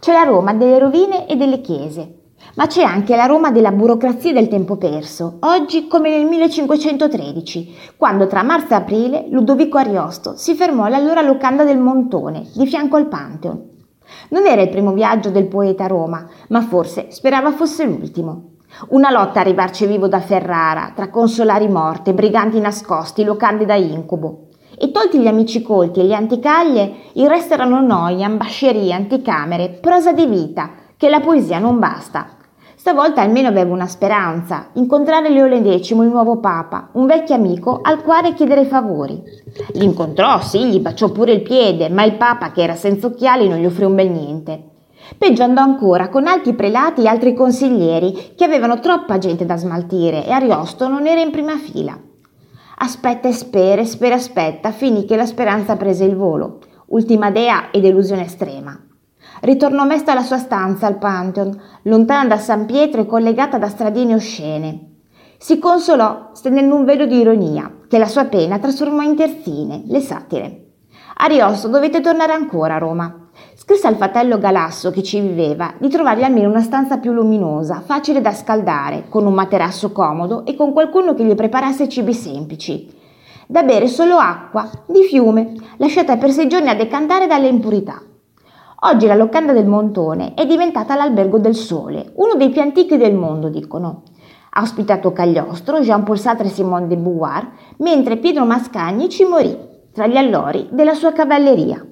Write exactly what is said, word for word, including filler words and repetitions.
C'è la Roma delle rovine e delle chiese, ma c'è anche la Roma della burocrazia e del tempo perso, oggi come nel millecinquecentotredici, quando tra marzo e aprile Ludovico Ariosto si fermò all'allora locanda del Montone, di fianco al Pantheon. Non era il primo viaggio del poeta a Roma, ma forse sperava fosse l'ultimo. Una lotta a arrivarci vivo da Ferrara, tra consolari morte, briganti nascosti, locande da incubo. E tolti gli amici colti e le anticaglie, il resto erano noie, ambascerie, anticamere, prosa di vita, che la poesia non basta. Stavolta almeno avevo una speranza, incontrare Leone decimo, il nuovo papa, un vecchio amico al quale chiedere favori. L'incontrò, sì, gli baciò pure il piede, ma il papa, che era senza occhiali, non gli offrì un bel niente. Peggio andò ancora con altri prelati e altri consiglieri che avevano troppa gente da smaltire e Ariosto non era in prima fila. Aspetta e spera, spera aspetta, finì che la speranza prese il volo. Ultima dea e delusione estrema. Ritornò mesta alla sua stanza al Pantheon, lontana da San Pietro e collegata da stradine oscene. Si consolò stendendo un velo di ironia, che la sua pena trasformò in terzine, le satire. Ariosto dovette tornare ancora a Roma. Scrisse al fratello Galasso, che ci viveva, di trovargli almeno una stanza più luminosa, facile da scaldare, con un materasso comodo e con qualcuno che gli preparasse cibi semplici. Da bere solo acqua, di fiume, lasciata per sei giorni a decantare dalle impurità. Oggi la locanda del Montone è diventata l'Albergo del Sole, uno dei più antichi del mondo, dicono. Ha ospitato Cagliostro, Jean-Paul Sartre e Simone de Beauvoir, mentre Pietro Mascagni ci morì, tra gli allori della sua cavalleria.